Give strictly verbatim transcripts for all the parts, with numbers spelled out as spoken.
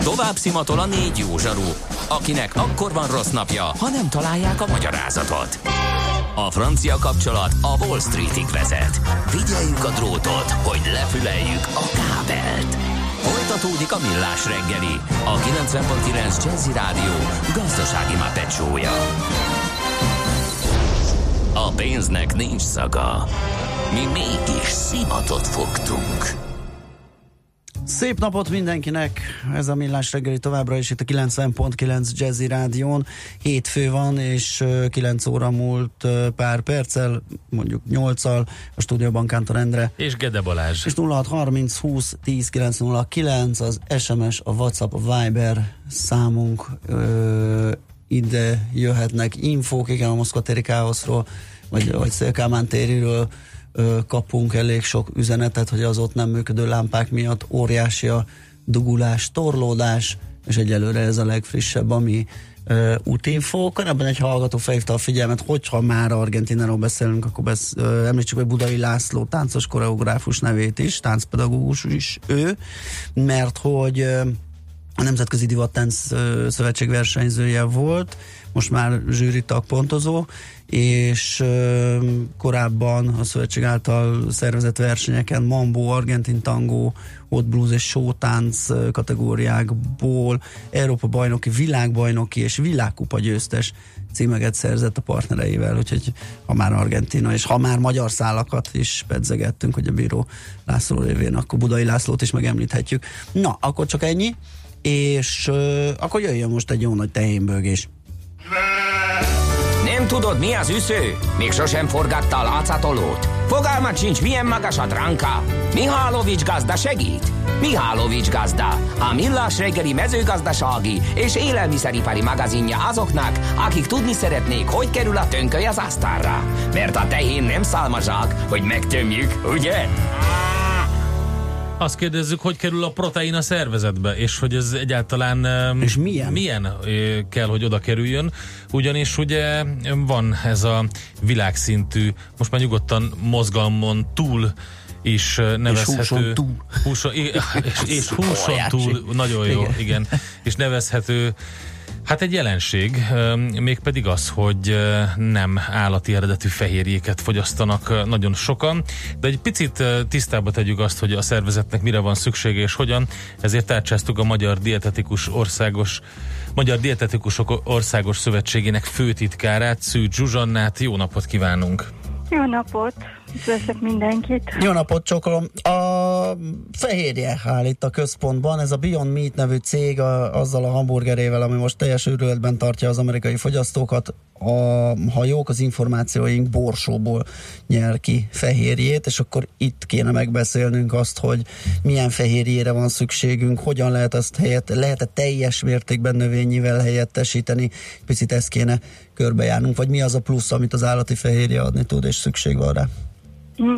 Tovább szimatol a négy jó zsaru, akinek akkor van rossz napja, ha nem találják a magyarázatot. A francia kapcsolat a Wall Streetig vezet. Figyeljük a drótot, hogy lefüleljük a kábelt. Folytatódik a Millás reggeli, a kilencven pont kilenc Jazzy Rádió gazdasági mápecsója. A pénznek nincs szaga. Mi mégis szimatot fogtunk. Szép napot mindenkinek! Ez a Millás reggeli továbbra is itt a kilencven pont kilenc Jazzy Rádión. Hétfő van, és kilenc óra múlt pár perccel, mondjuk nyolccal, a stúdióban Kántor Endre. És Gede Balázs. És nulla hat harminc húsz tíz kilenc nulla kilenc az es em es, a WhatsApp, a Viber számunk. Ö, ide jöhetnek infók, igen, a Moszkva téri káoszról, vagy, vagy Szél-Kálmán tériről kapunk elég sok üzenetet, hogy az ott nem működő lámpák miatt óriási a dugulás, torlódás, és egyelőre ez a legfrissebb, ami uh, útinfó. Korábban egy hallgató felhívta a figyelmet, hogyha már Argentináról beszélünk, akkor besz, uh, említsük, hogy Budai László táncos koreográfus nevét is, táncpedagógus is ő, mert hogy uh, a Nemzetközi Divattánc uh, Szövetség versenyzője volt, most már zsűritag pontozó, és uh, korábban a szövetség által szervezett versenyeken mambo, argentin tangó, hot blues és showtánc kategóriákból Európa bajnoki, világbajnoki és világkupa győztes címeket szerzett a partnereivel, úgyhogy ha már Argentina, és ha már magyar szálakat is pedzegettünk, hogy a bíró László révén, akkor Budai Lászlót is megemlíthetjük. Na, akkor csak ennyi, és uh, akkor jöjjön most egy jó nagy tehénbőgés. Nem tudod, mi az üsző? Még sosem forgatta a látszatolót? Fogalmat sincs, milyen magas a dránka? Mihálovics gazda segít? Mihálovics gazda, a Millás reggeli mezőgazdasági és élelmiszeripari magazinja azoknak, akik tudni szeretnék, hogy kerül a tönköly az asztalra. Mert a tehén nem szálmazsák, hogy megtömjük, ugye? Azt kérdezzük, hogy kerül a protein a szervezetbe, és hogy ez egyáltalán és milyen? milyen kell, hogy oda kerüljön, ugyanis ugye van ez a világszintű, most már nyugodtan mozgalmon túl is nevezhető. És húson túl. Húson, és, és húson túl, nagyon jó, igen. igen. És nevezhető, hát egy jelenség, mégpedig az, hogy nem állati eredetű fehérjéket fogyasztanak nagyon sokan, de egy picit tisztába tegyük azt, hogy a szervezetnek mire van szüksége és hogyan, ezért tárcsáztuk a Magyar Dietetikus Országos Magyar Dietetikusok Országos Szövetségének főtitkárát, Szűcs Zsuzsannát. Jó napot kívánunk! Jó napot! Üdvözlök mindenkit! Jó napot, csokolom! A fehérje áll itt a központban, ez a Beyond Meat nevű cég a, azzal a hamburgerével, ami most teljes őrületben tartja az amerikai fogyasztókat, a, ha jók az információink, borsóból nyer ki fehérjét, és akkor itt kéne megbeszélnünk azt, hogy milyen fehérjére van szükségünk, hogyan lehet ezt helyett, lehet-e teljes mértékben növényivel helyettesíteni, picit ezt kéne körbejárnunk, vagy mi az a plusz, amit az állati fehérje adni tud, és szükség van rá? Mm.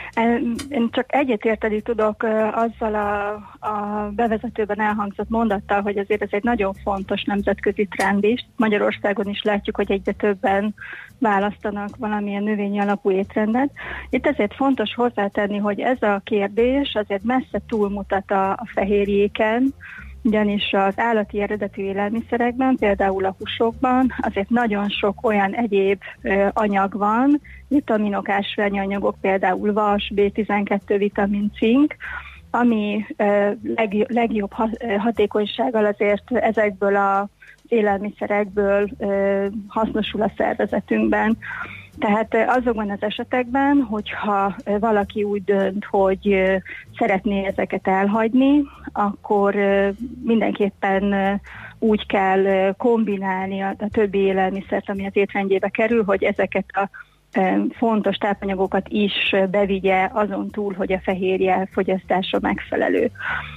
Én csak egyetérteni tudok azzal a, a bevezetőben elhangzott mondattal, hogy azért ez egy nagyon fontos nemzetközi trend is. Magyarországon is látjuk, hogy egyre többen választanak valamilyen növényi alapú étrendet. Itt ezért fontos hozzátenni, hogy ez a kérdés azért messze túlmutat a, a fehérjéken, ugyanis az állati eredetű élelmiszerekben, például a húsokban azért nagyon sok olyan egyéb ö, anyag van, vitaminok, ásványi anyagok, például vas, bé tizenkettő, vitamin, cink, ami ö, leg, legjobb ha, hatékonysággal azért ezekből az élelmiszerekből ö, hasznosul a szervezetünkben. Tehát azokban az esetekben, hogyha valaki úgy dönt, hogy szeretné ezeket elhagyni, akkor mindenképpen úgy kell kombinálni a többi élelmiszert, ami az étrendjébe kerül, hogy ezeket a fontos tápanyagokat is bevigye azon túl, hogy a fehérje fogyasztása megfelelő.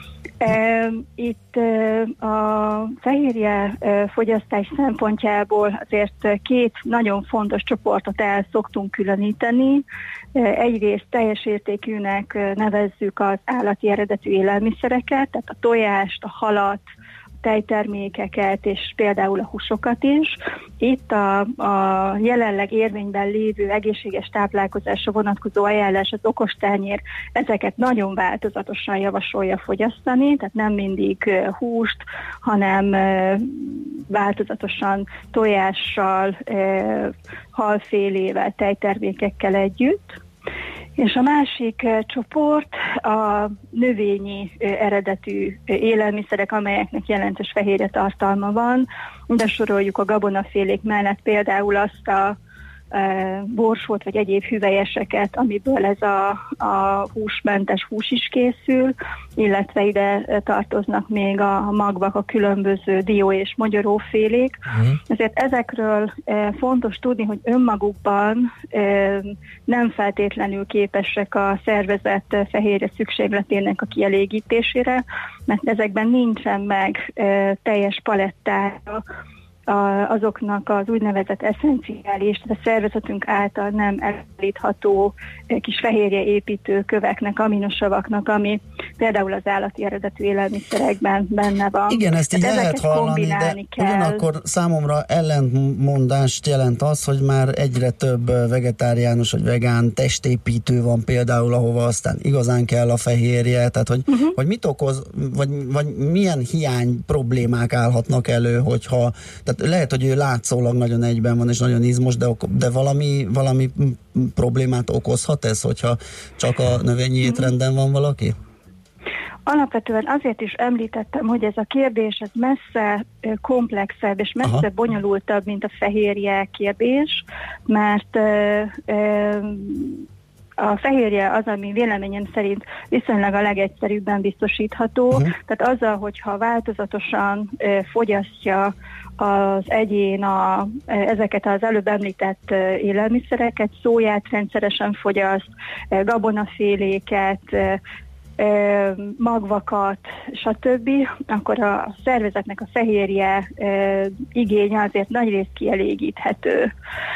Itt a fehérje fogyasztás szempontjából azért két nagyon fontos csoportot el szoktunk különíteni. Egyrészt teljes értékűnek nevezzük az állati eredetű élelmiszereket, tehát a tojást, a halat, a tejtermékeket és például a húsokat is. Itt a, a jelenleg érvényben lévő egészséges táplálkozásra vonatkozó ajánlás, az okostányér ezeket nagyon változatosan javasolja fogyasztani, tehát nem mindig húst, hanem változatosan tojással, halfélével, tejtermékekkel együtt. És a másik csoport a növényi eredetű élelmiszerek, amelyeknek jelentős fehérje tartalma van. De soroljuk a gabonafélék mellett például azt a borsót vagy egyéb hüvelyeseket, amiből ez a, a húsmentes hús is készül, illetve ide tartoznak még a magvak, a különböző dió és mogyorófélék. Uh-huh. Ezért ezekről fontos tudni, hogy önmagukban nem feltétlenül képesek a szervezet fehérje szükségletének a kielégítésére, mert ezekben nincsen meg teljes palettája azoknak az úgynevezett eszenciális, tehát a szervezetünk által nem elszállítható kis fehérjeépítő köveknek, aminosavaknak, ami például az állati eredetű élelmiszerekben benne van. Igen, ezt így tehát lehet hallani, de kell. Ugyanakkor számomra ellentmondást jelent az, hogy már egyre több vegetáriánus vagy vegán testépítő van például, ahova aztán igazán kell a fehérje, tehát hogy, uh-huh. hogy mit okoz, vagy, vagy milyen hiány problémák állhatnak elő, hogyha tehát lehet, hogy ő látszólag nagyon egyben van, és nagyon izmos, de, de valami, valami problémát okozhat ez, hogyha csak a növényi étrenden van valaki? Alapvetően azért is említettem, hogy ez a kérdés ez messze komplexebb és messze Aha. bonyolultabb, mint a fehérje kérdés, mert ö, ö, a fehérje az, ami véleményem szerint viszonylag a legegyszerűbben biztosítható, uh-huh. tehát azzal, hogyha változatosan ö, fogyasztja az egyén a, ezeket az előbb említett élelmiszereket, szóját rendszeresen fogyaszt, gabonaféléket, magvakat, stb., akkor a szervezetnek a fehérje igénye azért nagyrészt kielégíthető.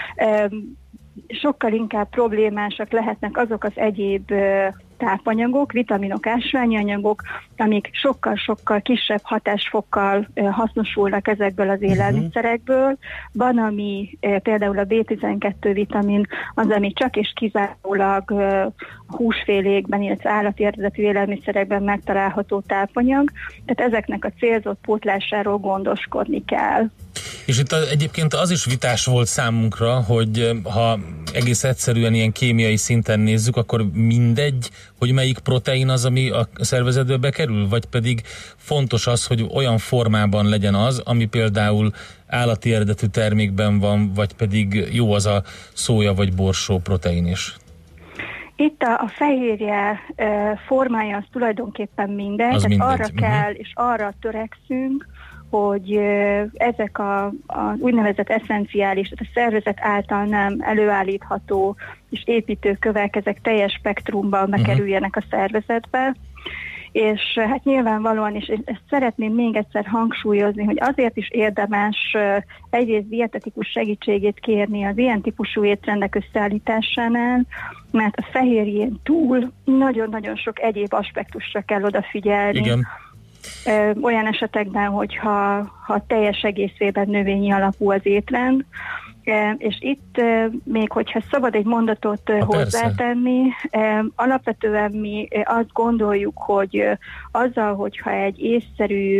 Sokkal inkább problémásak lehetnek azok az egyéb tápanyagok, vitaminok, ásványi anyagok, amik sokkal-sokkal kisebb hatásfokkal hasznosulnak ezekből az élelmiszerekből. Van, ami például a bé tizenkettő vitamin, az, ami csak és kizárólag húsfélékben, illetve állati eredetű élelmiszerekben megtalálható tápanyag, tehát ezeknek a célzott pótlásáról gondoskodni kell. És itt egyébként az is vitás volt számunkra, hogy ha egész egyszerűen ilyen kémiai szinten nézzük, akkor mindegy, hogy melyik protein az, ami a szervezetbe bekerül, vagy pedig fontos az, hogy olyan formában legyen az, ami például állati eredetű termékben van, vagy pedig jó az a szója vagy borsó protein is. Itt a, a fehérje e, formája az tulajdonképpen minden, az tehát mindegy. arra uh-huh. kell és arra törekszünk, hogy ezek a, a úgynevezett eszenciális, tehát a szervezet által nem előállítható és építőkövek, ezek teljes spektrumban bekerüljenek a szervezetbe. És hát nyilvánvalóan is ezt szeretném még egyszer hangsúlyozni, hogy azért is érdemes egyrészt dietetikus segítségét kérni az ilyen típusú étrendek összeállításánál, mert a fehérjén túl nagyon-nagyon sok egyéb aspektusra kell odafigyelni. Igen. Olyan esetekben, hogyha ha teljes egészében növényi alapú az étrend, és itt még, hogyha szabad egy mondatot ha hozzátenni, persze. Alapvetően mi azt gondoljuk, hogy azzal, hogyha egy észszerű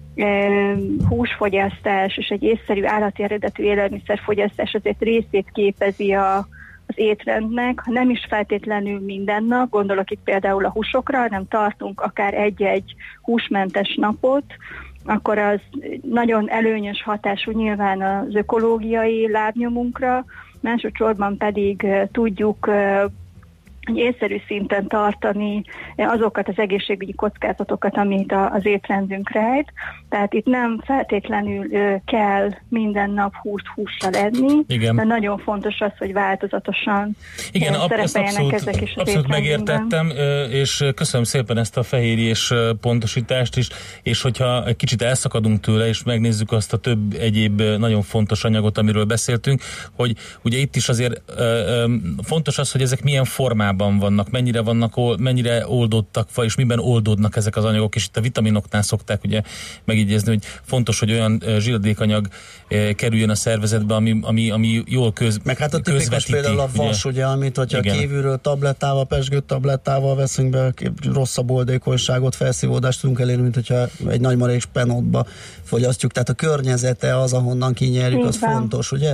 húsfogyasztás és egy észszerű állati eredetű élelmiszerfogyasztás azért részét képezi a az étrendnek, ha nem is feltétlenül minden nap, gondolok itt például a húsokra, nem tartunk akár egy-egy húsmentes napot, akkor az nagyon előnyös hatású nyilván az ökológiai lábnyomunkra, másodszorban pedig tudjuk észszerű szinten tartani azokat az egészségügyi kockázatokat, amit az étrendünk rejt. Tehát itt nem feltétlenül kell minden nap húst hússal enni, igen. De nagyon fontos az, hogy változatosan igen, szerepeljenek abszolút, ezek is az abszolút megértettem, és köszönöm szépen ezt a fehérjés pontosítást is, és hogyha egy kicsit elszakadunk tőle, és megnézzük azt a több egyéb nagyon fontos anyagot, amiről beszéltünk, hogy ugye itt is azért fontos az, hogy ezek milyen formában formában vannak, mennyire vannak, mennyire oldódtak, és miben oldódnak ezek az anyagok, és itt a vitaminoknál szokták ugye megígézni, hogy fontos, hogy olyan zsíradékanyag kerüljön a szervezetbe, ami, ami, ami jól köz, meg hát a tipikus például a vas, ugye, ugye amit, hogyha igen. kívülről tablettával, pesgőt tablettával veszünk be, rosszabb oldékonyságot, felszívódást tudunk elérni, mint hogyha egy nagy marék spenótba fogyasztjuk, tehát a környezete az, ahonnan kinyerjük, az fontos, ugye?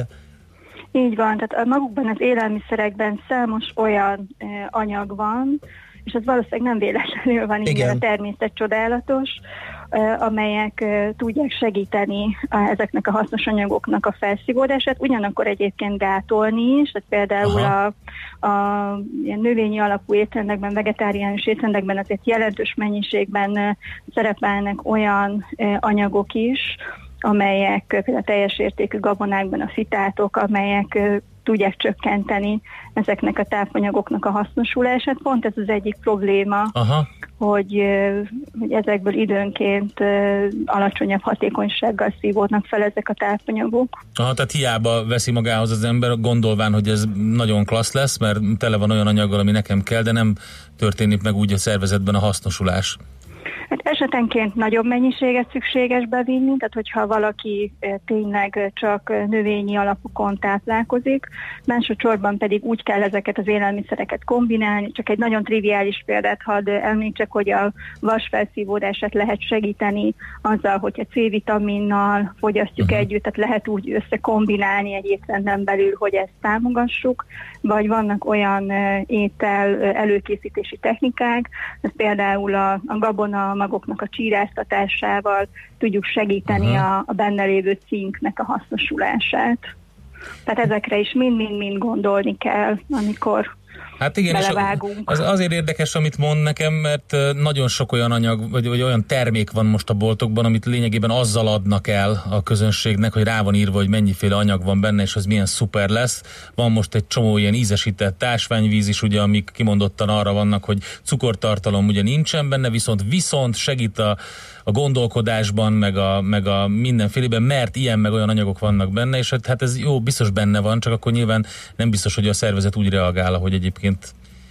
Így van, tehát magukban az élelmiszerekben számos olyan e, anyag van, és az valószínűleg nem véletlenül van, így a természet csodálatos, e, amelyek e, tudják segíteni a, ezeknek a hasznos anyagoknak a felszívódását, ugyanakkor egyébként gátolni is, tehát például Aha. a, a ilyen növényi alapú étrendekben, vegetáriánus étrendekben azért jelentős mennyiségben e, szerepelnek olyan e, anyagok is, amelyek például a teljes értékű gabonákban a fitátok, amelyek tudják csökkenteni ezeknek a tápanyagoknak a hasznosulását. Pont ez az egyik probléma, Aha. Hogy, hogy ezekből időnként alacsonyabb hatékonysággal szívódnak fel ezek a tápanyagok. Aha, tehát hiába veszi magához az ember, gondolván, hogy ez nagyon klassz lesz, mert tele van olyan anyaggal, ami nekem kell, de nem történik meg úgy a szervezetben a hasznosulás. Hát esetenként nagyobb mennyiséget szükséges bevinni, tehát hogyha valaki tényleg csak növényi alapokon táplálkozik, másodszorban pedig úgy kell ezeket az élelmiszereket kombinálni. Csak egy nagyon triviális példát hadd említsek, hogy a vas felszívódását lehet segíteni azzal, hogyha C-vitaminnal fogyasztjuk uh-huh. együtt, tehát lehet úgy összekombinálni egy étrenden belül, hogy ezt támogassuk, vagy vannak olyan étel előkészítési technikák, ez például a, a gabona magoknak a csíráztatásával tudjuk segíteni uh-huh. a, a benne lévő cinknek a hasznosulását. Tehát ezekre is mind-mind-mind gondolni kell, amikor hát igen, belevágunk. Az azért érdekes, amit mond nekem, mert nagyon sok olyan anyag, vagy, vagy olyan termék van most a boltokban, amit lényegében azzal adnak el a közönségnek, hogy rá van írva, hogy mennyiféle anyag van benne, és az milyen szuper lesz. Van most egy csomó ilyen ízesített ásványvíz is, ugye, amik kimondottan arra vannak, hogy cukortartalom ugye nincsen benne, viszont viszont segít a a gondolkodásban, meg a, meg a mindenfélében, mert ilyen meg olyan anyagok vannak benne, és hát ez jó, biztos benne van, csak akkor nyilván nem biztos, hogy a szervezet úgy reagál, ahogy egyébként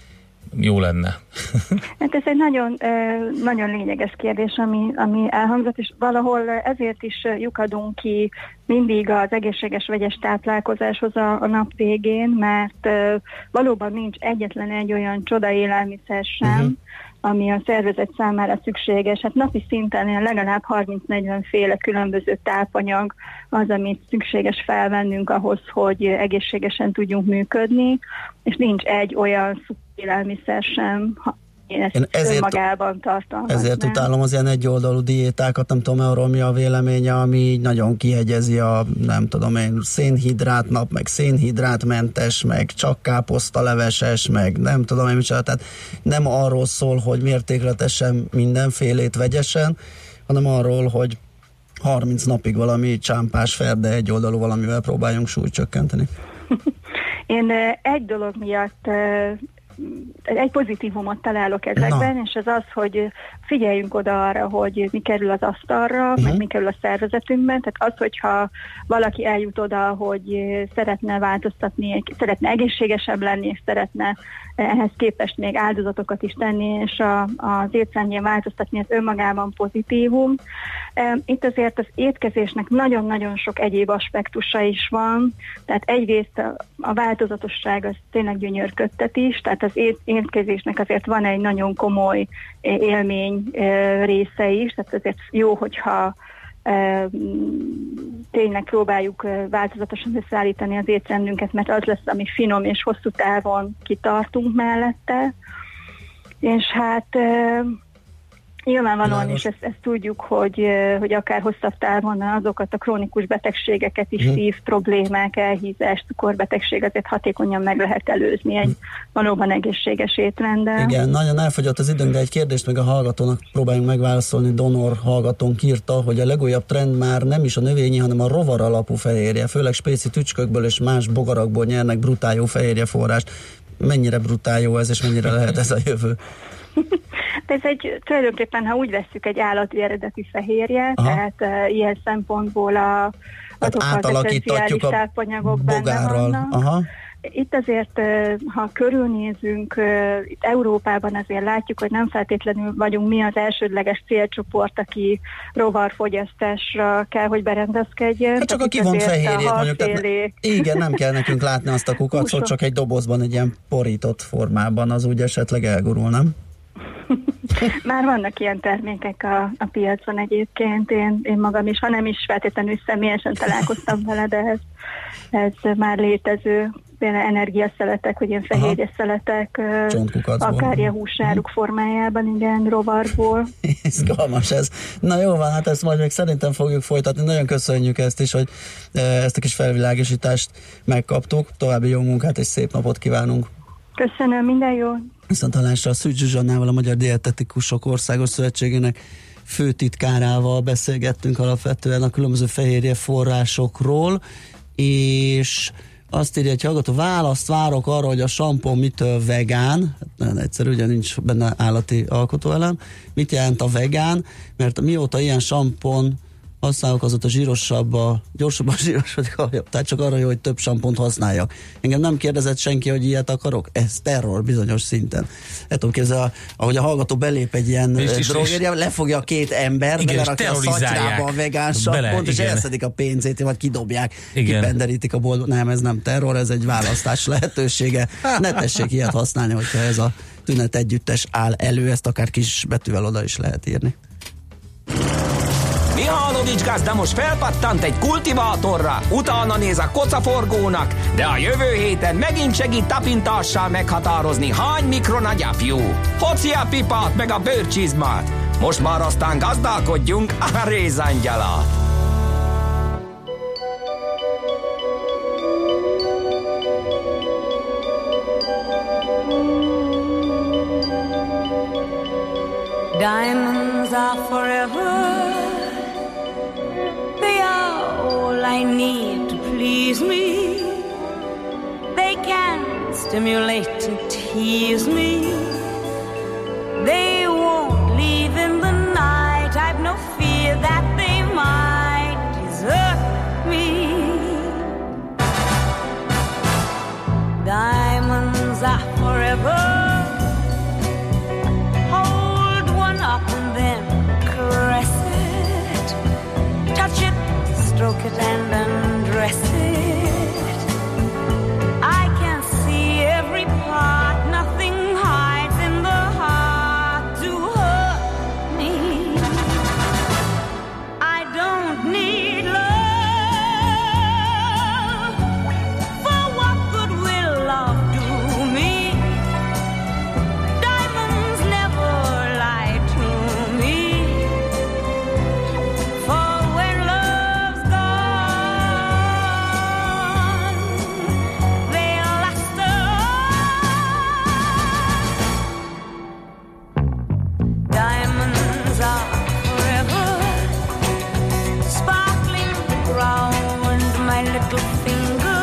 jó lenne. Hát ez egy nagyon, nagyon lényeges kérdés, ami, ami elhangzott, és valahol ezért is lyukadunk ki mindig az egészséges vegyes táplálkozáshoz a, a nap végén, mert valóban nincs egyetlen egy olyan csoda élelmiszer sem, uh-huh. ami a szervezet számára szükséges. Hát napi szinten legalább harminc-negyven féle különböző tápanyag az, amit szükséges felvennünk ahhoz, hogy egészségesen tudjunk működni, és nincs egy olyan élelmiszer sem, ha ezt én ezért, magában tartalmaz. Ezért nem? Utálom az ilyen egyoldalú diétákat, nem tudom arról mi a véleménye, ami így nagyon kihegyezi a, nem tudom én, szénhidrát nap, meg szénhidrátmentes, meg csak káposztaleveses, meg nem tudom én micsoda, tehát nem arról szól, hogy mértékletesen mindenfélét vegyesen, hanem arról, hogy harminc napig valami csámpás ferde egyoldalú valamivel próbáljunk súlyt csökkenteni. Én egy dolog miatt egy pozitívumot találok ezekben, Na. és ez az, hogy figyeljünk oda arra, hogy mi kerül az asztalra, uh-huh. meg mi kerül a szervezetünkben, tehát az, hogyha valaki eljut oda, hogy szeretne változtatni, szeretne egészségesebb lenni, és szeretne ehhez képest még áldozatokat is tenni, és a, az étrendjén változtatni, az önmagában pozitívum. Itt azért az étkezésnek nagyon-nagyon sok egyéb aspektusa is van, tehát egyrészt a, a változatosság az tényleg gyönyörködtet is, tehát az ét, étkezésnek azért van egy nagyon komoly élmény része is, tehát azért jó, hogyha tényleg próbáljuk változatosan összeállítani az étrendünket, mert az lesz, ami finom és hosszú távon kitartunk mellette. És hát nyilvánvalóan is ezt, ezt tudjuk, hogy, hogy akár hosszabb távon azokat a krónikus betegségeket is, hmm. szív problémák, elhízás, cukorbetegség azért hatékonyan meg lehet előzni egy valóban egészséges étrenddel. Igen, nagyon elfogyott az időnk, de egy kérdést meg a hallgatónak próbáljunk megválaszolni. Donor hallgatónk írta, hogy a legújabb trend már nem is a növényi, hanem a rovar alapú fehérje, főleg spéci tücskökből és más bogarakból nyernek brutál jó fehérje forrást. Mennyire brutál jó ez, és mennyire lehet ez a jövő? De ez egy, tulajdonképpen, ha úgy vesszük, egy állati eredetű fehérje, Aha. tehát uh, ilyen szempontból a, azok az eszenciális tápanyagok benne vannak. Aha. itt azért, ha körülnézünk, itt Európában azért látjuk, hogy nem feltétlenül vagyunk mi az elsődleges célcsoport, aki rovarfogyasztásra kell, hogy berendezkedjen. Hát csak a kivont fehérjét mondjuk. Tehát, igen, nem kell nekünk látni azt a kukacot, csak egy dobozban, egy ilyen porított formában, az úgy esetleg elgurul, nem? Már vannak ilyen termékek a, a piacon egyébként, én, én magam is, ha nem is feltétlenül személyesen találkoztam vele, de ez, ez már létező, például energiaszeletek, vagy ilyen fehérjeszeletek, akárja húsáruk formájában, igen, rovarból. Izgalmas ez. Na jó van, hát ezt majd még szerintem fogjuk folytatni. Nagyon köszönjük ezt is, hogy ezt a kis felvilágosítást megkaptuk. További jó munkát és szép napot kívánunk. Köszönöm, minden jó. Viszontlátásra a Szűcs Zsuzsannával, a Magyar Dietetikusok Országos Szövetségének főtitkárával beszélgettünk alapvetően a különböző fehérje forrásokról, és azt írja, hogy hallgató, választ várok arra, hogy a sampon mitől vegán, hát nagyon egyszerű, ugye nincs benne állati alkotóelem. Mit jelent a vegán? Mert mióta ilyen sampon használok, azóta zsírosabb, a, gyorsabban zsírosodik a jobb. Tehát csak arra jó, hogy több sampont használjak. Engem nem kérdezett senki, hogy ilyet akarok. Ez terror bizonyos szinten. El tudom képzelni, ahogy a hallgató belép egy ilyen drogérja, lefogja a két ember, belerakja a szatyrába a vegán sampont, és elszedik a pénzét, vagy kidobják, igen. Kipenderítik a boltba. Nem, ez nem terror, ez egy választás lehetősége. Ne tessék ilyet használni, hogyha ez a tünet együttes áll elő, ezt akár kis betűvel oda is lehet írni. Mihálovics gazda most felpattant egy kultivátorra, utána néz a kocaforgónak, de a jövő héten megint segít tapintással meghatározni, hány mikron a gyapjú. Hoci a pipát meg a bőrcsizmát. Most már aztán gazdálkodjunk a rézangyalat. Diamonds are forever. They are all I need to please me. They can stimulate and tease me. They won't leave in the night. I've no fear that they might desert me. Diamonds are forever. Hold one up and then caress it. Touch it, stroke it and undress it. I can see every part, nothing hides in the heart to hurt me. I don't need love, for what good will love do me? Diamonds never lie to me, for when love's gone, they'll last on. Diamonds are forever, sparkling round my little finger.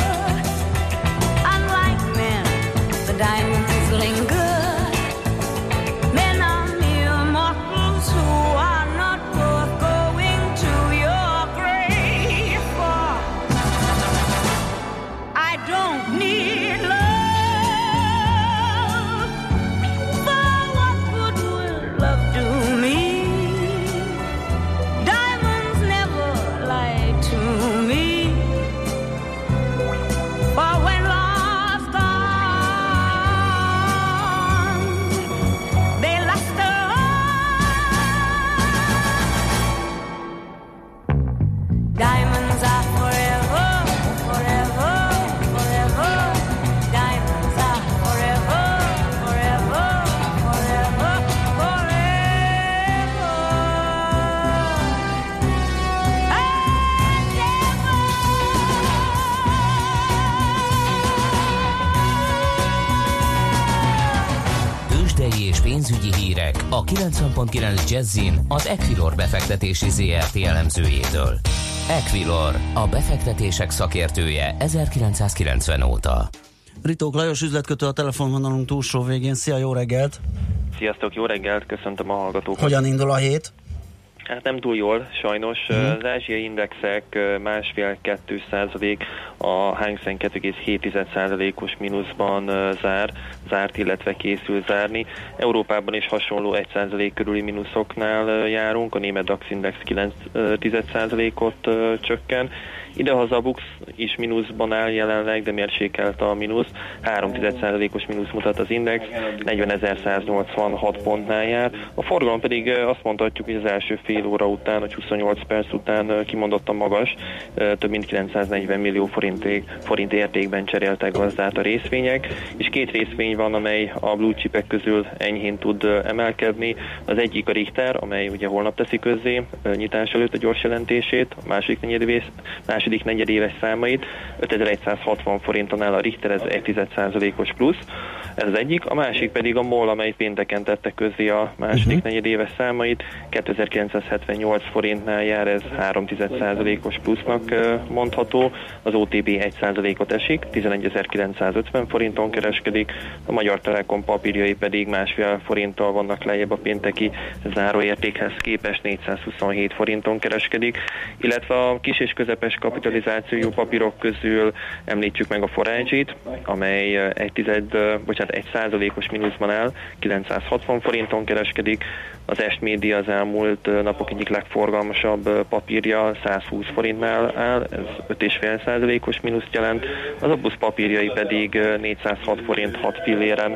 Unlike men, the diamonds linger. Men are mere mortals who are not worth going to your grave for. I don't need love, for what good will love do me? Diamonds never lie to me, for when love's gone, they last on. Diamonds are forever, forever, forever. Diamonds are forever, forever, forever, forever. And ever. Tőzsdei és pénzügyi hírek a kilencven pont kilenc Jazzin az Equilor befektetési zé er té elemzőjétől. Equilor, a befektetések szakértője ezerkilencszázkilencven óta. Ritók Lajos üzletkötő a telefonvonalunk túlsó végén. Szia, jó reggelt! Sziasztok, jó reggelt, köszöntöm a hallgatókat. Hogyan indul a hét? Hát nem túl jól, sajnos. Uh-huh. Az ázsiai indexek másfél-kettő százalék, a Hang Seng kettő egész hét százalékos mínuszban zár, zárt, illetve készül zárni. Európában is hasonló egy százalék körüli mínuszoknál járunk, a német DAX index kilenc százalékot csökken. Idehaza a Bux is mínuszban áll jelenleg, de mérsékelt a mínusz. három százalékos mínusz mutat az index, negyvenezer-száznyolcvanhat pontnál jár. A forgalom pedig azt mondhatjuk, hogy az első fél óra után, vagy huszonnyolc perc után kimondottan magas, több mint kilencszáznegyven millió forint, forint értékben cseréltek gazdát a részvények, és két részvény van, amely a blue chipek közül enyhén tud emelkedni. Az egyik a Richter, amely ugye holnap teszi közzé nyitás előtt a gyors jelentését, a második negyedéves második negyedéves számait, ötezer-százhatvan forinton áll a Richter, ez egy százalékos plusz, ez az egyik, a másik pedig a MOL, amely pénteken tette közzé a második uh-huh. negyedéves számait, kétezer-kilencszázhetvennyolc forintnál jár, ez három százalékos plusznak mondható, az o té bé egy százalékot esik, tizenegyezer-kilencszázötven forinton kereskedik, a Magyar Telekom papírjai pedig másfél forinttal vannak lejjebb a pénteki záróértékhez képest, négyszázhuszonhét forinton kereskedik, illetve a kis és közepes kapitalizációjú papírok közül említsük meg a Forage-t, amely egy tized, bocsánat, egy százalékos mínuszban áll, kilencszázhatvan forinton kereskedik, az S-Media az elmúlt napok egyik legforgalmasabb papírja, százhúsz forintnál áll, ez öt egész öt százalékos mínuszt jelent, az Opus papírjai pedig négyszázhat forint hat filléren,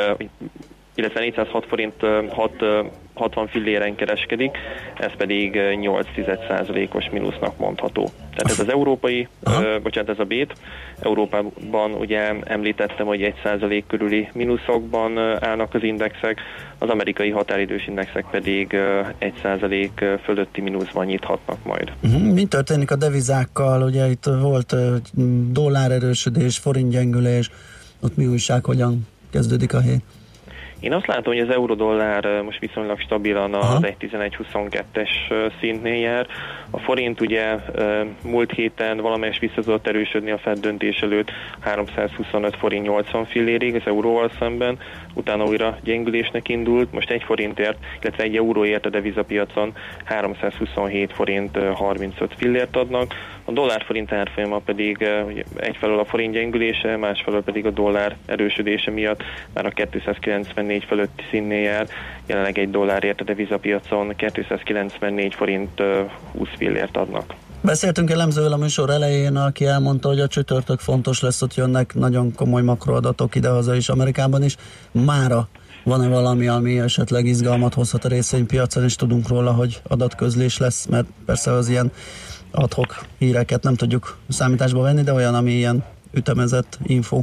illetve négyszázhat forint hat hatvan filléren kereskedik, ez pedig nyolc százalékos mínusznak mondható. Tehát ez az európai, uh, bocsánat, ez a bét. Európában ugye említettem, hogy egy százalék körüli mínuszokban állnak az indexek, az amerikai határidős indexek pedig egy százalék fölötti mínuszban nyithatnak majd. Uh-huh. Mi történik a devizákkal? Ugye itt volt uh, dollárerősödés, forintgyengülés, ott mi újság, hogyan kezdődik a hét? Én azt látom, hogy az euró-dollár most viszonylag stabilan az egy tizenegy huszonkettes szintnél jár. A forint ugye múlt héten valamelyest vissza tudott erősödni a Fed döntés előtt háromszázhuszonöt forint nyolcvan fillérig az euróval szemben, utána újra gyengülésnek indult, most egy forintért, illetve egy euróért a devizapiacon háromszázhuszonhét forint harmincöt fillért adnak. A dollár-forint árfolyama pedig egyfelől a forint gyengülése, másfelől pedig a dollár erősödése miatt már a kétszázkilencvennégy fölötti színnél jár. Jelenleg egy dollárért a devizapiacon kétszázkilencvennégy forint húsz fillért adnak. Beszéltünk elemzővel a műsor elején, aki elmondta, hogy a csütörtök fontos lesz, ott jönnek nagyon komoly makroadatok idehaza is, Amerikában is. Mára van-e valami, ami esetleg izgalmat hozhat a részvénypiacon, és tudunk róla, hogy adatközlés lesz, mert persze az ilyen ad-hoc híreket nem tudjuk számításba venni, de olyan, ami ilyen ütemezett info.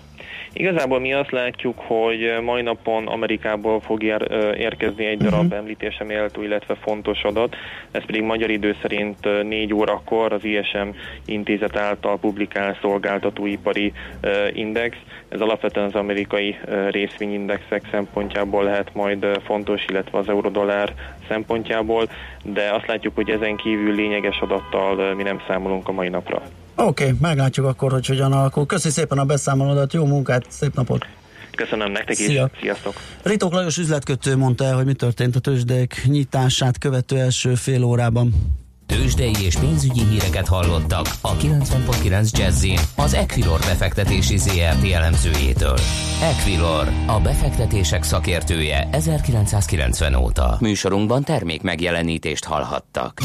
Igazából mi azt látjuk, hogy mai napon Amerikából fog ér, érkezni egy darab uh-huh. említése méltó, illetve fontos adat. Ez pedig magyar idő szerint négy órakor az i es em intézet által publikált szolgáltatóipari index. Ez alapvetően az amerikai részvényindexek szempontjából lehet majd fontos, illetve az euró-dollár szempontjából, de azt látjuk, hogy ezen kívül lényeges adattal mi nem számolunk a mai napra. Oké, okay, meglátjuk akkor, hogy hogyan alakul. Köszi szépen a beszámolódat, jó munkát, szép napot! Köszönöm nektek Szia. is, sziasztok! Ritók Lajos üzletkötő mondta el, hogy mi történt a tőzsdék nyitását követő első fél órában. Tőzsdei és pénzügyi híreket hallottak a kilencven pont kilenc Jazzin az Equilor befektetési zé er té elemzőjétől. Equilor, a befektetések szakértője ezerkilencszázkilencven óta. Műsorunkban termék megjelenítést hallhattak.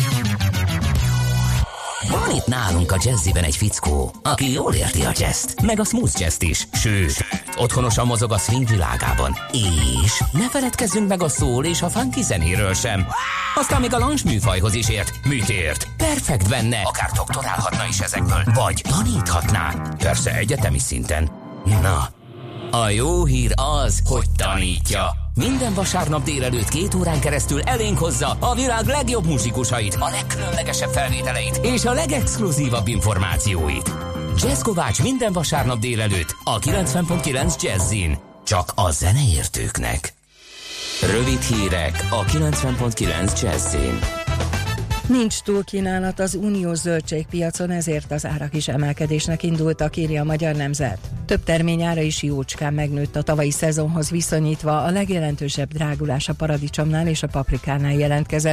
Van itt nálunk a Jazziben egy fickó, aki jól érti a jazzt, meg a smooth jazzt is, sőt, otthonosan mozog a swing világában. És ne feledkezzünk meg a soul és a funky zenéről sem. Aztán még a lounge műfajhoz is ért. Mit ért? Perfekt benne, akár doktorálhatna is ezekből, vagy taníthatná. Persze egyetemi szinten. Na, a jó hír az, hogy tanítja. Minden vasárnap délelőtt két órán keresztül elénk hozza a világ legjobb muzsikusait, a legkülönlegesebb felvételeit és a legexkluzívabb információit. Jazz Kovács minden vasárnap délelőtt a kilencven pont kilenc Jazzin. Csak a zeneértőknek. Rövid hírek a kilencven pont kilenc Jazzin. Nincs túl kínálat az uniós zöldségpiacon, ezért az árak is emelkedésnek indultak, írja a Magyar Nemzet. Több termény ára is jócskán megnőtt a tavalyi szezonhoz viszonyítva, a legjelentősebb drágulás a paradicsomnál és a paprikánál jelentkezett.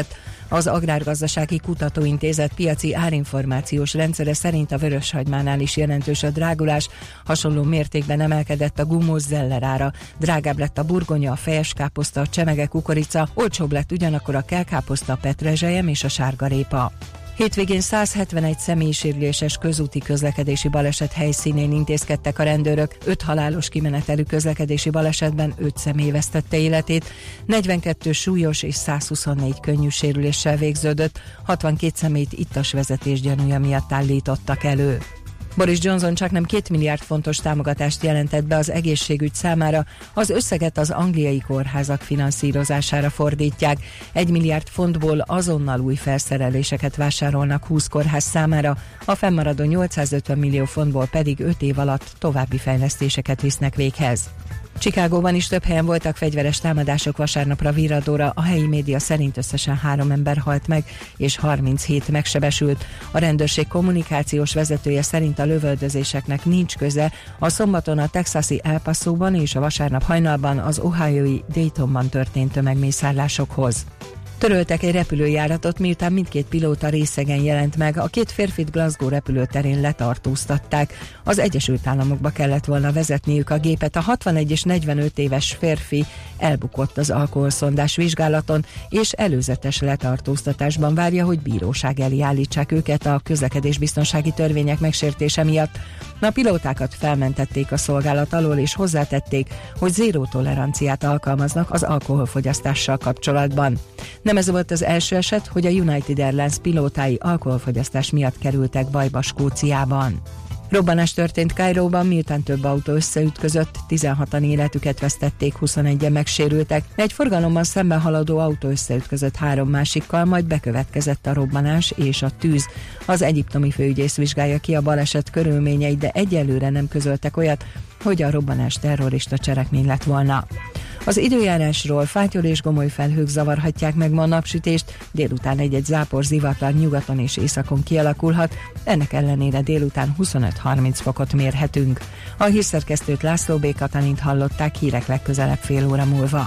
Az Agrárgazdasági Kutatóintézet piaci árinformációs rendszere szerint a vöröshagymánál is jelentős a drágulás, hasonló mértékben emelkedett a gumós zeller ára, drágább lett a burgonya, a fejeskáposzta, a csemege kukorica, olcsóbb lett ugyanakkor a kelkáposzta, a petrezselyem és a sárgarépa. Hétvégén száz hetvenegy személyisérüléses közúti közlekedési baleset helyszínén intézkedtek a rendőrök, öt halálos kimenetelű közlekedési balesetben öt személy vesztette életét, negyvenkettő súlyos és száz huszonnégy könnyű sérüléssel végződött, hatvankét személyt ittas vezetés gyanúja miatt állítottak elő. Boris Johnson csaknem két milliárd fontos támogatást jelentett be az egészségügy számára, az összeget az angliai kórházak finanszírozására fordítják. Egy milliárd fontból azonnal új felszereléseket vásárolnak húsz kórház számára, a fennmaradó nyolcszázötven millió fontból pedig öt év alatt további fejlesztéseket visznek véghez. Chicagóban is több helyen voltak fegyveres támadások vasárnapra virradóra, a helyi média szerint összesen három ember halt meg, és harminchét megsebesült. A rendőrség kommunikációs vezetője szerint a lövöldözéseknek nincs köze a szombaton a texasi El Pasóban és a vasárnap hajnalban az ohiói Daytonban történt tömegmészárlásokhoz. Töröltek egy repülőjáratot, miután mindkét pilóta részegen jelent meg, a két férfit Glasgow repülőterén letartóztatták. Az Egyesült Államokba kellett volna vezetniük a gépet. A hatvanegy és negyvenöt éves férfi elbukott az alkoholszondás vizsgálaton, és előzetes letartóztatásban várja, hogy bíróság elé állítsák őket a közlekedésbiztonsági törvények megsértése miatt. A pilótákat felmentették a szolgálat alól, és hozzátették, hogy zéró toleranciát alkalmaznak az alkoholfogyasztással kapcsolatban. Nem ez volt az első eset, hogy a United Airlines pilótái alkoholfogyasztás miatt kerültek bajba Skóciában. Robbanás történt Kairóban, miután több autó összeütközött, tizenhatan életüket vesztették, huszonegyen megsérültek. Egy forgalomban szemben haladó autó összeütközött három másikkal, majd bekövetkezett a robbanás és a tűz. Az egyiptomi főügyész vizsgálja ki a baleset körülményeit, de egyelőre nem közöltek olyat, hogy a robbanás terrorista cselekmény lett volna. Az időjárásról: fátyol és gomoly felhők zavarhatják meg ma a napsütést, délután egy-egy zápor zivatar nyugaton és északon kialakulhat, ennek ellenére délután huszonöt-harminc fokot mérhetünk. A hírszerkesztőt, László B. Katalint hallották, hírek legközelebb fél óra múlva.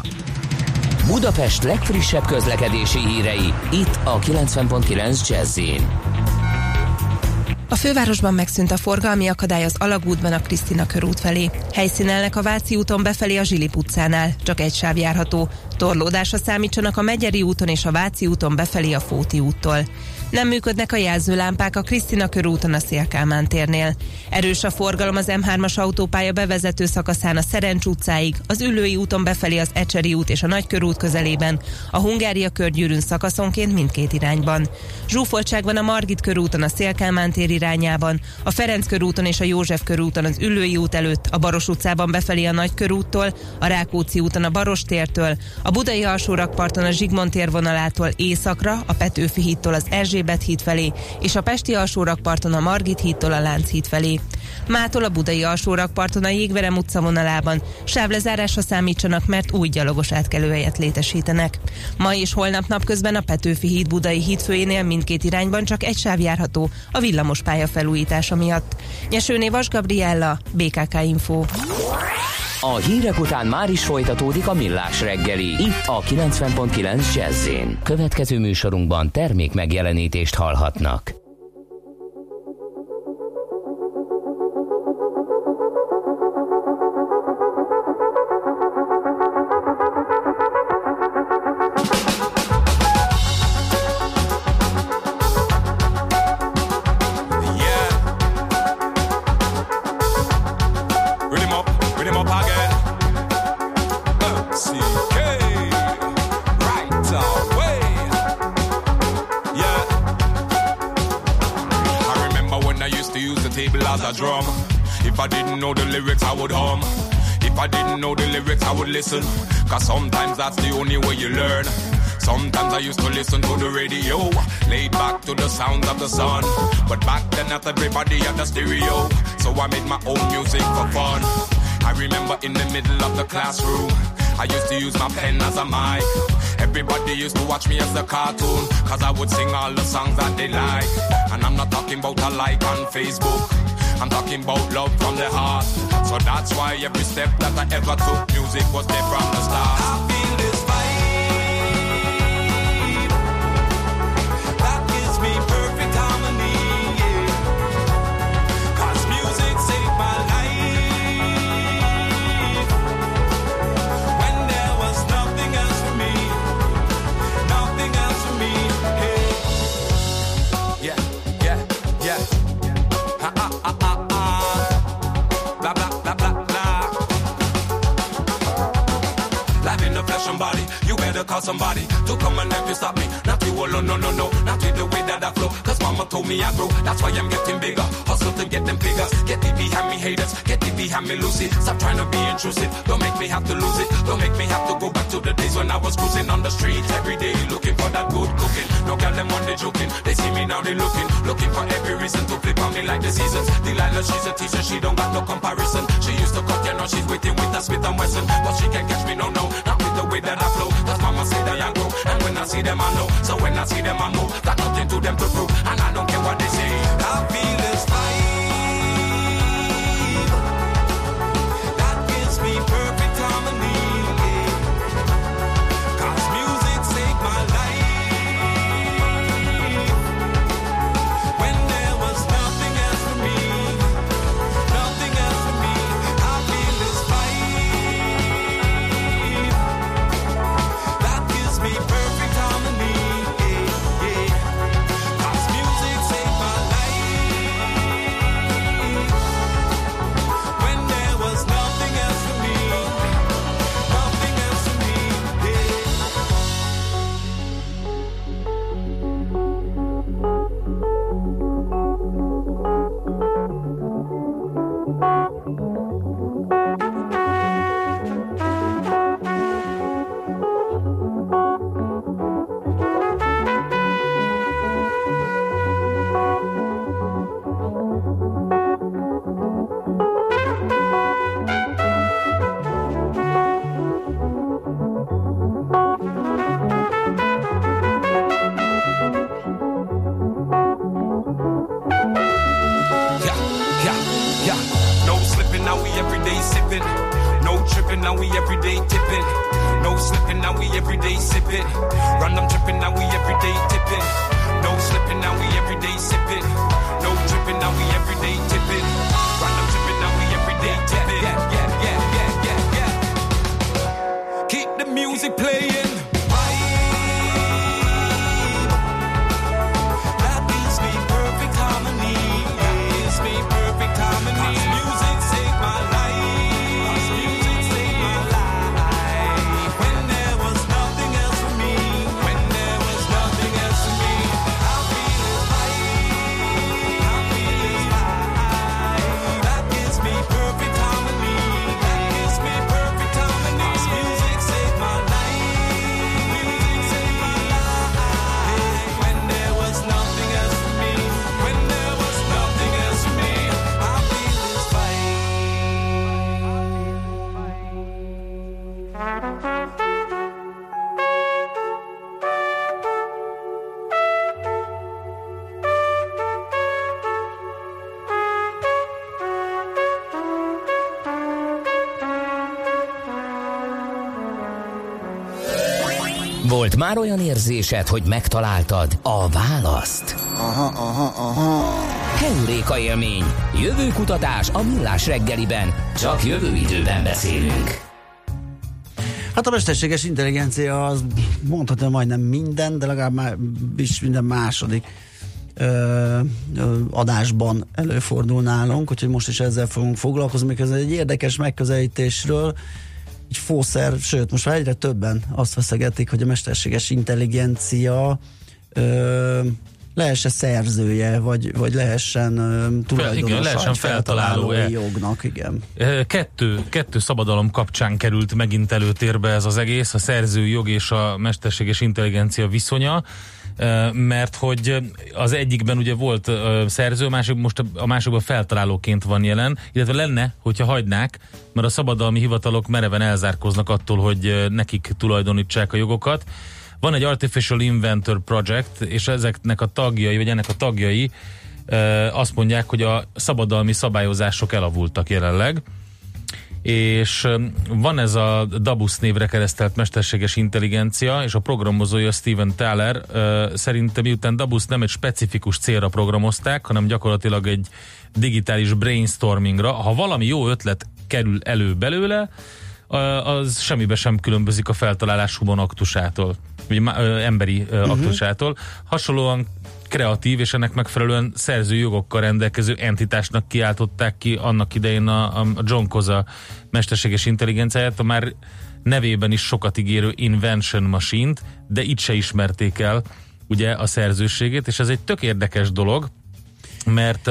Budapest legfrissebb közlekedési hírei, itt a kilencven pont kilenc Jazz-in. A fővárosban megszűnt a forgalmi akadály az Alagútban a Krisztina körút felé. Helyszínelnek a Váci úton befelé a Zsilip utcánál, csak egy sáv járható. Torlódásra számítsanak a Megyeri úton és a Váci úton befelé a Fóti úttól. Nem működnek a jelzőlámpák a Krisztina körúton a Széll-Kálmán térnél. Erős a forgalom az M hármas autópálya bevezető szakaszán a Szerencs utcáig, az Üllői úton befelé az Ecseri út és a Nagykörút közelében, a Hungária körgyűrűn szakaszonként mindkét irányban. Zsúfoltság van a Margit körúton a Széll-Kálmán tér irányában, a Ferenc körúton és a József körúton az Üllői út előtt, a Baros utcában befelé a Nagykörúttól, a Rákóczi úton a Baros tértől, a Budai alsórakparton a Zsigmond tér vonalától északra, a Petőfi hídtól az Erzsébet híd felé, és a Pesti alsórakparton a Margit hídtól a Lánchíd felé. Mától a Budai alsórakparton a Jégverem utca vonalában sávlezárásra számítsanak, mert új gyalogos átkelőhelyet létesítenek. Ma és holnap napközben a Petőfi híd Budai hídfőjénél mindkét irányban csak egy sáv járható a villamospálya felújítása miatt. Nyesőné Vas Gabriella, bé ká ká Info. A hírek után már is folytatódik a Millás reggeli, itt a kilencven pont kilenc Jazz-in. Következő műsorunkban termék megjelenítést hallhatnak. Drum. If I didn't know the lyrics, I would hum. If I didn't know the lyrics, I would listen. Cause sometimes that's the only way you learn. Sometimes I used to listen to the radio, laid back to the sound of the sun. But back then not everybody had a stereo, so I made my own music for fun. I remember in the middle of the classroom, I used to use my pen as a mic. Everybody used to watch me as a cartoon, cause I would sing all the songs that they like. And I'm not talking about a like on Facebook, I'm talking about love from the heart. So that's why every step that I ever took, music was there from the start. I feel this vibe, somebody to come and help you stop me. Not you alone, no, no, no, not with the way that I flow. Cause mama told me I grow, that's why I'm getting bigger. Hustle to get them figures, get the behind me haters, get the behind me Lucy. Stop trying to be intrusive, don't make me have to lose it. Don't make me have to go back to the days when I was cruising on the streets every day, looking for that good cooking. No girl them on the joking, they see me now they looking, looking for every reason to flip on me like the seasons. Delilah, she's a teacher, she don't got no comparison. She used to cut, you know she's waiting with a Smith and Wesson, but she can't catch me, no, no, not with the way that I flow. Cause mama say that I grow, and when I see them I know. So when I see them I move, got nothing to them to prove, and I don't care what they say. I feel this vibe that gives me perfect harmony. Cause music saved my life when there was nothing else for me, nothing else for me. I feel this vibe that gives me perfect harmony. Cause music saved my life when there was nothing else for me, nothing else for me. Yeah, yeah, yeah. No slipping, now we everyday sipping. No tripping, now we everyday tipping. No slipping, now we everyday sipping. Random tripping, now we everyday tipping. No slipping, now we everyday sipping. No tripping, now we everyday tipping. Random tripping, now we everyday tipping. Yeah, yeah, yeah, yeah, yeah, yeah. Keep the music playing. That gives me perfect harmony. That gives me perfect harmony. Cause music saved my life. Cause music saved my life. When there was nothing else for me. When there was nothing else for me. I feel this vibe. I feel this vibe. That gives me perfect harmony. That gives me perfect harmony. Cause music saved my life. Music saved my life. When there was nothing else for me. When there was nothing else for me. I feel this vibe. Volt már olyan érzésed, hogy megtaláltad a választ? Aha, aha, aha. Heuréka élmény. Jövőkutatás a Millás reggeliben. Csak jövő időben beszélünk. Hát a mesterséges intelligencia az mondhatja majdnem minden, de legalább már is minden második ö, ö, adásban előfordul nálunk, úgyhogy most is ezzel fogunk foglalkozni, miközben egy érdekes megközelítésről, egy fószer, sőt most már egyre többen azt feszegetik, hogy a mesterséges intelligencia ö, lehessen szerzője, vagy, vagy lehessen ö, tulajdonosa, igen, lehessen feltalálója jognak, igen. Kettő, kettő szabadalom kapcsán került megint előtérbe ez az egész, a szerzői jog és a mesterséges intelligencia viszonya, mert hogy az egyikben ugye volt szerző, másik, most a másikban feltalálóként van jelen, illetve lenne, hogyha hagynák, mert a szabadalmi hivatalok mereven elzárkoznak attól, hogy nekik tulajdonítsák a jogokat. Van egy Artificial Inventor Project, és ezeknek a tagjai, vagy ennek a tagjai azt mondják, hogy a szabadalmi szabályozások elavultak jelenleg, és van ez a Dabus névre keresztelt mesterséges intelligencia, és a programozója Steven Thaler uh, szerintem miután Dabus nem egy specifikus célra programozták, hanem gyakorlatilag egy digitális brainstormingra, ha valami jó ötlet kerül elő belőle, uh, az semmibe sem különbözik a feltalálás human aktusától, vagy uh, emberi uh, uh-huh. aktusától. Hasonlóan kreatív és ennek megfelelően szerzői jogokkal rendelkező entitásnak kiáltották ki annak idején a, a John Koza mesterséges intelligenciáját, a már nevében is sokat ígérő Invention Machine-t, de itt se ismerték el ugye a szerzőségét, és ez egy tök érdekes dolog, mert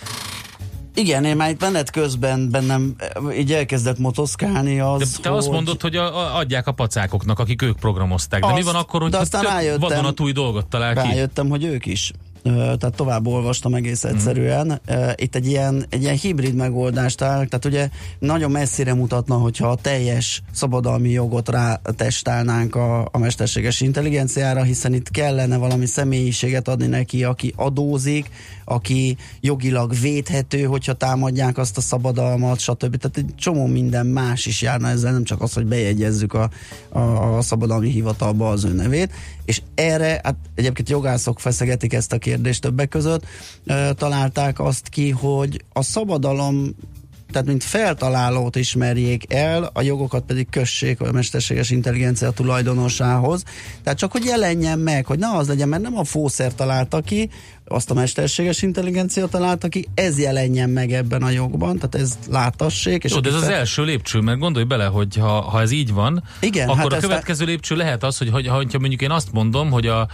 igen, én már itt menet közben bennem így elkezdett motoszkálni az, de te hogy... azt mondod, hogy a, a, adják a pacákoknak, akik ők programozták. De azt, mi van akkor, hogy tök vadonatúj dolgot talál ki? Rájöttem, hogy ők is. Tehát tovább olvastam egész egyszerűen. Mm. Itt egy ilyen, egy ilyen hibrid megoldást áll, tehát ugye nagyon messzire mutatna, hogyha a teljes szabadalmi jogot rátestálnánk a, a mesterséges intelligenciára, hiszen itt kellene valami személyiséget adni neki, aki adózik, aki jogilag védhető, hogyha támadják azt a szabadalmat, stb. Tehát egy csomó minden más is járna ezzel, nem csak az, hogy bejegyezzük a, a, a szabadalmi hivatalba az ő nevét, és erre, hát egyébként jogászok feszegetik ezt a kérdést többek között, e, találták azt ki, hogy a szabadalom, tehát mint feltalálót ismerjék el, a jogokat pedig kössék a mesterséges intelligencia tulajdonosához. Tehát csak, hogy jelenjen meg, hogy ne az legyen, mert nem a fószer találta ki, azt a mesterséges intelligencia találta ki, ez jelenjen meg ebben a jogban, tehát ez láttassék. És jó, de ez fel... az első lépcső, mert gondolj bele, hogy ha, ha ez így van, igen, akkor hát a következő a... lépcső lehet az, hogy, hogy ha mondjuk én azt mondom, hogy a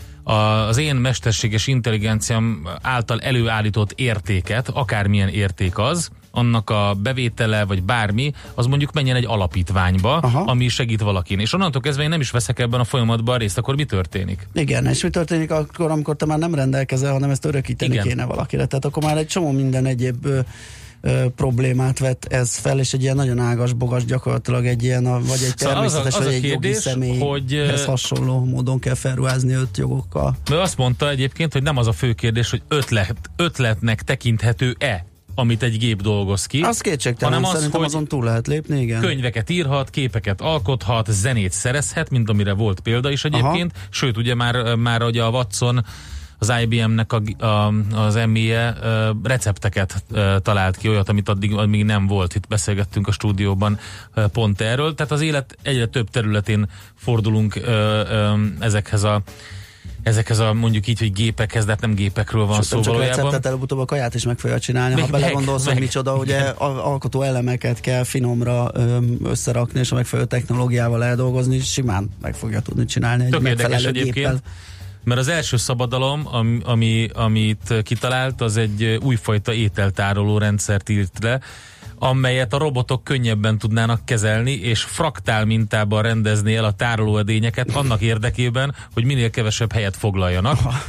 az én mesterséges intelligenciám által előállított értéket, akármilyen érték az, annak a bevétele, vagy bármi, az mondjuk menjen egy alapítványba, aha, ami segít valakin. És onnantól kezdve én nem is veszek ebben a folyamatban részt, akkor mi történik? Igen, és mi történik akkor, amikor te már nem rendelkezel, hanem ezt örökíteni igen. kéne valakire. Tehát akkor már egy csomó minden egyéb ö, ö, problémát vett ez fel, és egy ilyen nagyon ágas, bogas, gyakorlatilag egy ilyen, a, vagy egy természetes, szóval vagy egy kérdés, jogi személy, hogy ez hasonló módon kell felruházni öt jogokkal. Ő azt mondta egyébként, hogy nem az a fő kérdés, hogy ötlet, ötletnek tekinthető-e, amit egy gép dolgoz ki. Az kétségtelen, szerintem azon túl lehet lépni, igen. Könyveket írhat, képeket alkothat, zenét szerezhet, mint amire volt példa is egyébként. Aha. Sőt, ugye már, már ugye a Watson, az I B M-nek a, a, az em i-je recepteket talált ki, olyat, amit addig még nem volt. Itt beszélgettünk a stúdióban pont erről. Tehát az élet egyre több területén fordulunk ezekhez a ezekhez a mondjuk így, hogy gépekhez, de hát nem gépekről van szó valójában. Csak receptet, előbb-utóbb a kaját is meg fogja csinálni. Meg, ha belegondolsz, hogy micsoda, ugye alkotó elemeket kell finomra összerakni, és a megfelelő technológiával eldolgozni, simán meg fogja tudni csinálni egy tök megfelelő géppel. Mert az első szabadalom, ami, ami, amit kitalált, az egy újfajta ételtároló rendszert írt le, amelyet a robotok könnyebben tudnának kezelni, és fraktál mintában rendezni el a tárolóedényeket annak érdekében, hogy minél kevesebb helyet foglaljanak. Aha.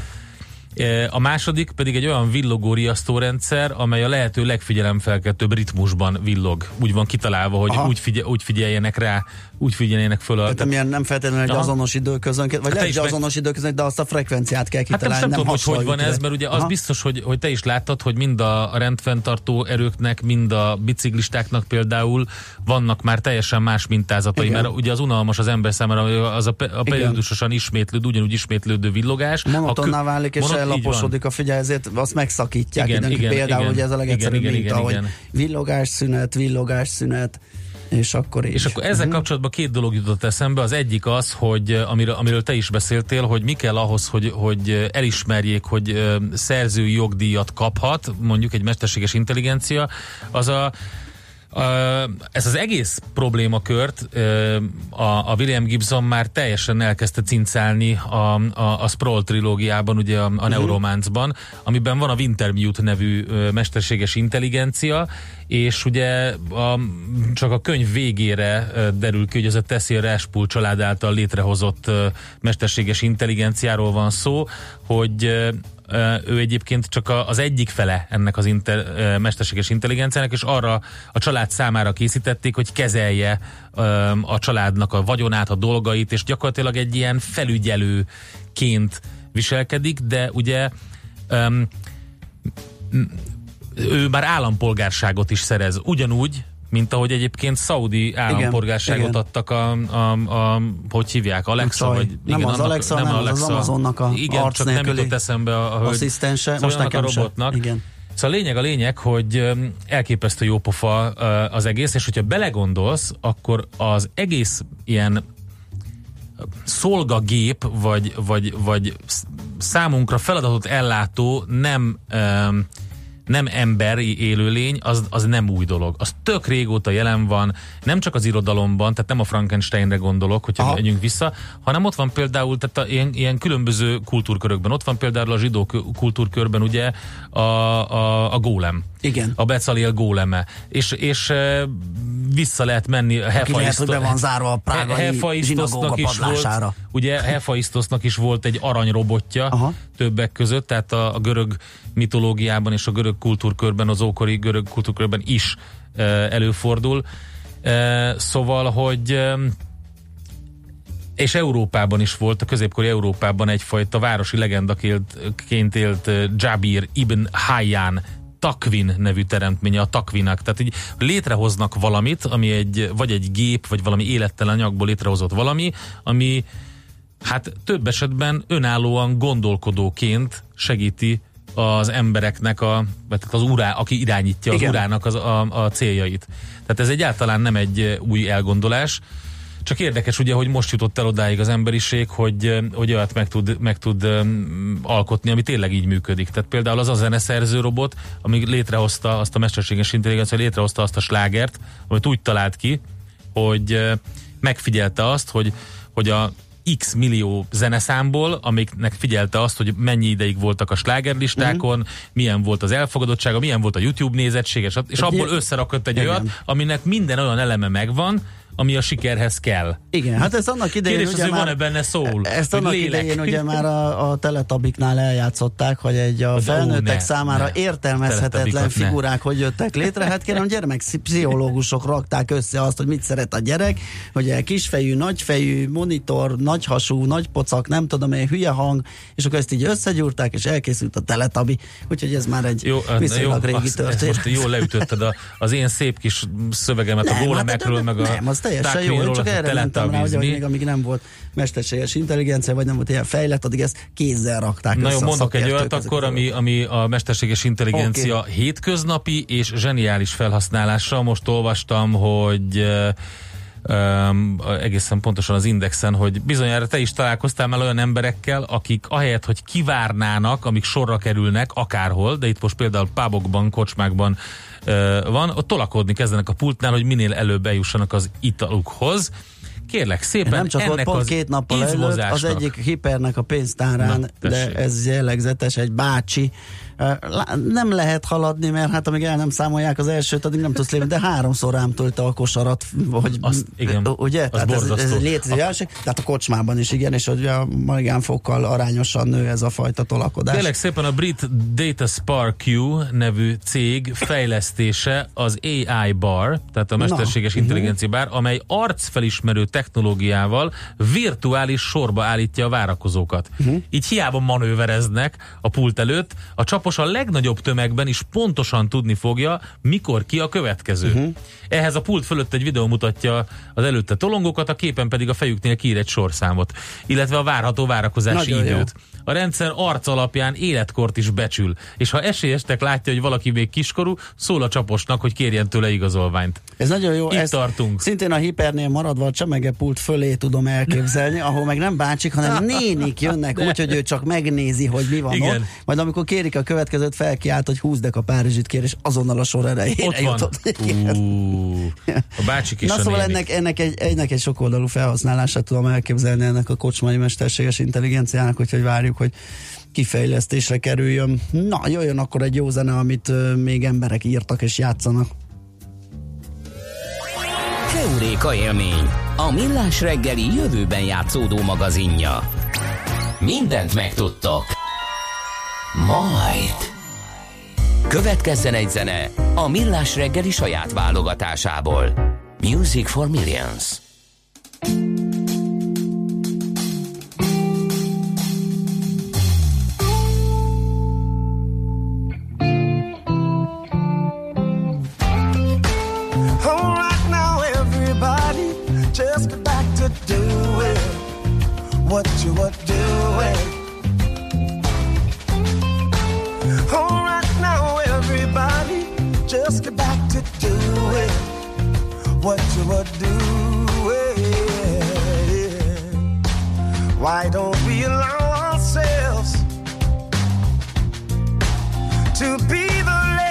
A második pedig egy olyan villogó riasztórendszer, amely a lehető legfigyelemfelkeltőbb ritmusban villog. Úgy van kitalálva, hogy úgy, figyel, úgy figyeljenek rá, úgy figyeljenek föl. A... Tehát nem feltétlenül egy azonos időközönként, vagy hát lehet, hogy azonos meg... időközönként, de azt a frekvenciát kell kitalálni. Hát nem, nem tudom, hogy hogy van ez, mert ugye az biztos, hogy, hogy te is láttad, hogy mind a rendfenntartó erőknek, mind a biciklistáknak például vannak már teljesen más mintázatai, igen. mert ugye az unalmas az ember számára, az a, pe, a periódusosan ismétlődő, ugyanúgy ismétlődő villogás. Monotonná válik, és ellaposodik a figyelj, ezért azt megszakítják. Igen, igen, például, igen, ugye ez a legegyszerűbb minta, igen, hogy villogás szünet, villogás szünet, és akkor is. És akkor ezzel uh-huh. kapcsolatban két dolog jutott eszembe. Az egyik az, hogy amiről, amiről te is beszéltél, hogy mi kell ahhoz, hogy, hogy elismerjék, hogy szerzői jogdíjat kaphat, mondjuk egy mesterséges intelligencia, az a Uh, ez az egész problémakört uh, a, a William Gibson már teljesen elkezdte cincálni a, a, a Sprawl trilógiában, ugye a, a uh-huh. Neuromanceban, amiben van a Wintermute nevű uh, mesterséges intelligencia, és ugye a, csak a könyv végére uh, derül ki, hogy ez a Tessia Rashpool család által létrehozott uh, mesterséges intelligenciáról van szó, hogy uh, ő egyébként csak az egyik fele ennek az inter, mesterséges intelligenciának, és arra a család számára készítették, hogy kezelje a családnak a vagyonát, a dolgait, és gyakorlatilag egy ilyen felügyelőként viselkedik, de ugye um, ő már állampolgárságot is szerez. Ugyanúgy, mint ahogy egyébként szaudi állampolgárságot igen, adtak a, a, a, hogy hívják, Alexa? Csaj. Vagy, nem igen, az annak, Alexa, nem nem Alexa. az Amazonnak a igen, arc csak nélküli nem jutott eszembe a, a asszisztense, szóval most nekem a robotnak. Igen. Szóval a lényeg a lényeg, hogy elképesztő jó pofa az egész, és hogyha belegondolsz, akkor az egész ilyen szolgagép, vagy, vagy, vagy számunkra feladatot ellátó nem... Um, nem emberi élőlény, az, az nem új dolog. Az tök régóta jelen van, nem csak az irodalomban, tehát nem a Frankensteinre gondolok, hogyha Aha. megyünk vissza, hanem ott van például, tehát a, ilyen, ilyen különböző kultúrkörökben, ott van például a zsidó kultúrkörben ugye a, a, a gólem. Igen. A Becaliel góleme. És, és vissza lehet menni a Hefaisztosnak. Be van zárva a prágai zsinagóga padlására. Volt, ugye Hefaisztosnak is volt egy aranyrobotja Aha. többek között, tehát a, a görög mitológiában és a görög kultúrkörben, az ókori görög kultúrkörben is e, előfordul. E, szóval, hogy e, és Európában is volt, a középkori Európában egyfajta városi legendaként élt Jabir ibn Hayyan Takvin nevű teremtménye, a takvinak. Tehát így létrehoznak valamit, ami egy, vagy egy gép, vagy valami élettelen anyagból létrehozott valami, ami hát több esetben önállóan gondolkodóként segíti az embereknek, a, vagy az urá, aki irányítja az Igen. urának az, a, a céljait. Tehát ez egyáltalán nem egy új elgondolás, csak érdekes ugye, hogy most jutott el odáig az emberiség, hogy, hogy olyat meg tud, meg tud um, alkotni, ami tényleg így működik. Tehát például az a zeneszerző robot, ami létrehozta azt a mesterséges intelligencia, létrehozta azt a slágert, amit úgy talált ki, hogy uh, megfigyelte azt, hogy, hogy a X millió zeneszámból, amiknek figyelte azt, hogy mennyi ideig voltak a slágerlistákon, uh-huh. milyen volt az elfogadottsága, milyen volt a YouTube nézettsége, és, és abból összerakott egy olyat, aminek minden olyan eleme megvan, ami a sikerhez kell. Igen, hát ez annak idején Kérdés ugye az, már... van-e benne szól? Ezt annak lélek. idején ugye már a, a Teletabiknál eljátszották, hogy egy a felnőttek ne, számára ne. értelmezhetetlen figurák, ne. hogy jöttek létre. Hát kérem, gyermekpszichológusok rakták össze azt, hogy mit szeret a gyerek, hogy kisfejű, nagyfejű, monitor, nagyhasú, nagy pocak, nem tudom én, hülye hang, és akkor ezt így összegyúrták, és elkészült a Teletabi. Úgyhogy ez már egy jó, viszonylag jó, régi történet. Most jól leütötted a, az én szép kis szövegemet nem, a gólemekről, meg a nem, az teljesen jó, én csak erre mentem rá, hogy még amíg nem volt mesterséges intelligencia, vagy nem volt ilyen fejlett, addig ezt kézzel rakták. Na jó, mondok egy olyat akkor, ami, ami a mesterséges intelligencia okay. hétköznapi és zseniális felhasználása. Most olvastam, hogy Um, egészen pontosan az Indexen, hogy bizonyára te is találkoztál már olyan emberekkel, akik ahelyett, hogy kivárnának, amik sorra kerülnek akárhol, de itt most például pubokban, kocsmákban uh, van, ott tolakodni kezdenek a pultnál, hogy minél előbb eljussanak az italukhoz. Kérlek szépen, nem csak ennek ott pont két nappal előtt az egyik hipernek a pénztárán, Na, de ez jellegzetes, egy bácsi. Nem lehet haladni, mert hát amíg el nem számolják az elsőt, addig nem tudsz lépni, de háromszor rám tölte a kosarat, hogy azt, igen, ugye? Az tehát ez, ez létező jelenség, tehát a kocsmában is igen, és hogy a magánfokkal arányosan nő ez a fajta tolakodás. Kérlek szépen a brit Data Spark Q nevű cég fejlesztése az á i bar, tehát a mesterséges Na, intelligencia uh-huh. bár, amely arcfelismerő technológiával virtuális sorba állítja a várakozókat. Uh-huh. Így hiába manővereznek a pult előtt, a csapos a legnagyobb tömegben is pontosan tudni fogja, mikor ki a következő. Uh-huh. Ehhez a pult fölött egy videó mutatja az előtte tolongókat, a képen pedig a fejüknél kiír egy sorszámot, illetve a várható várakozási Nagyon időt. Jó. A rendszer arc alapján életkort is becsül, és ha esélyestek látja, hogy valaki még kiskorú, szól a csaposnak, hogy kérjen tőle igazolványt. Ez nagyon jó. Itt ezt tartunk. Szintén a hipernél maradva a csemegepult fölé tudom elképzelni, ahol meg nem bácsik, hanem nénik jönnek úgy, hogy ő csak megnézi, hogy mi van Igen. ott. Majd amikor kérik a következőt, felkiált, hogy húzdek a Párizsit kér, és azonnal a sor erejére jutott. A bácsik is Na a szóval nénik. ennek, ennek, egy, ennek egy sokoldalú felhasználását tudom elképzelni ennek a kocsmai mesterséges intelligenciának, úgyhogy várjuk, hogy kifejlesztésre kerüljön. Na, jöjjön akkor egy jó zene, amit uh, még emberek írtak és játszanak. Heuréka élmény, a millás reggeli jövőben játszódó magazinja. Mindent megtudtok. Majd. Következzen egy zene a millás reggeli saját válogatásából. Music for Millions. Just get back to doing what you were doing. All right now, everybody, just get back to doing what you were doing. Why don't we allow ourselves to be the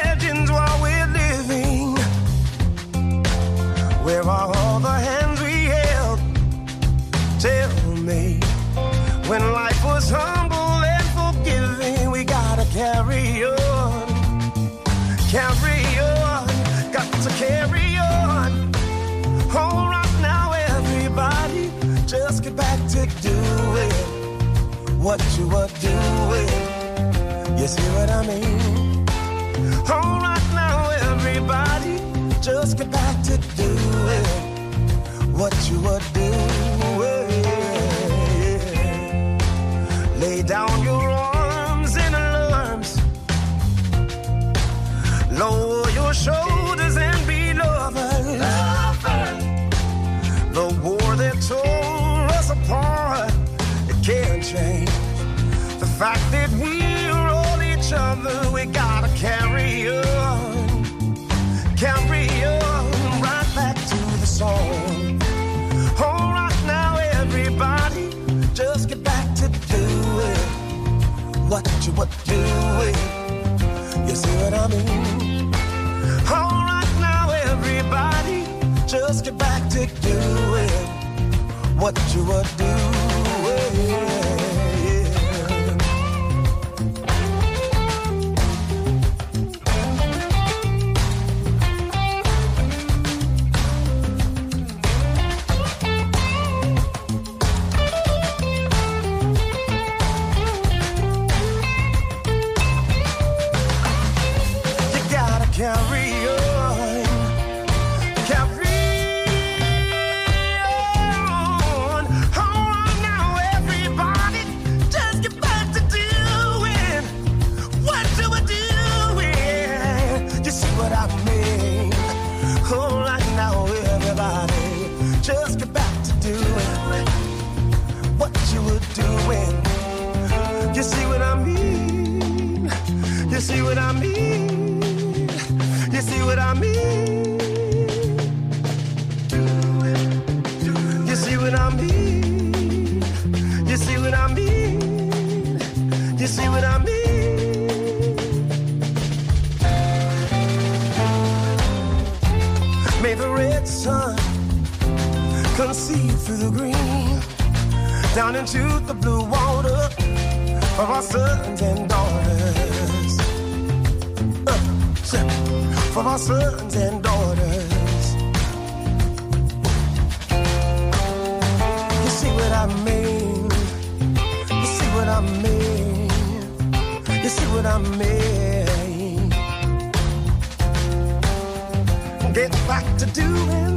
on, carry on, got to carry on. All right now, everybody, just get back to doing what you were doing. You see what I mean? All right now, everybody, just get back to doing what you were doing. Lay down your arms in alarms, lower your shoulders and be lovers. The war that tore us apart, it can't change the fact that we're all each other. We gotta carry on, carry on, right back to the song. All right now, everybody, just get back to doing what you were doing. You see what I mean? All right now, everybody, just get back to doing what you were doing. Carry on, carry on. All right now, everybody, just get back to doing what you were doing. You see what I mean? All right now, everybody, just get back to doing what you were doing. You see what I mean? You see what I mean? You see what I mean? You see what I mean? You see what I mean? You see what I mean? May the red sun concede through the green, down into the blue water of our sons and daughters. Uh, For our sons and daughters. You see what I mean? You see what I mean? You see what I mean? Get back to doing.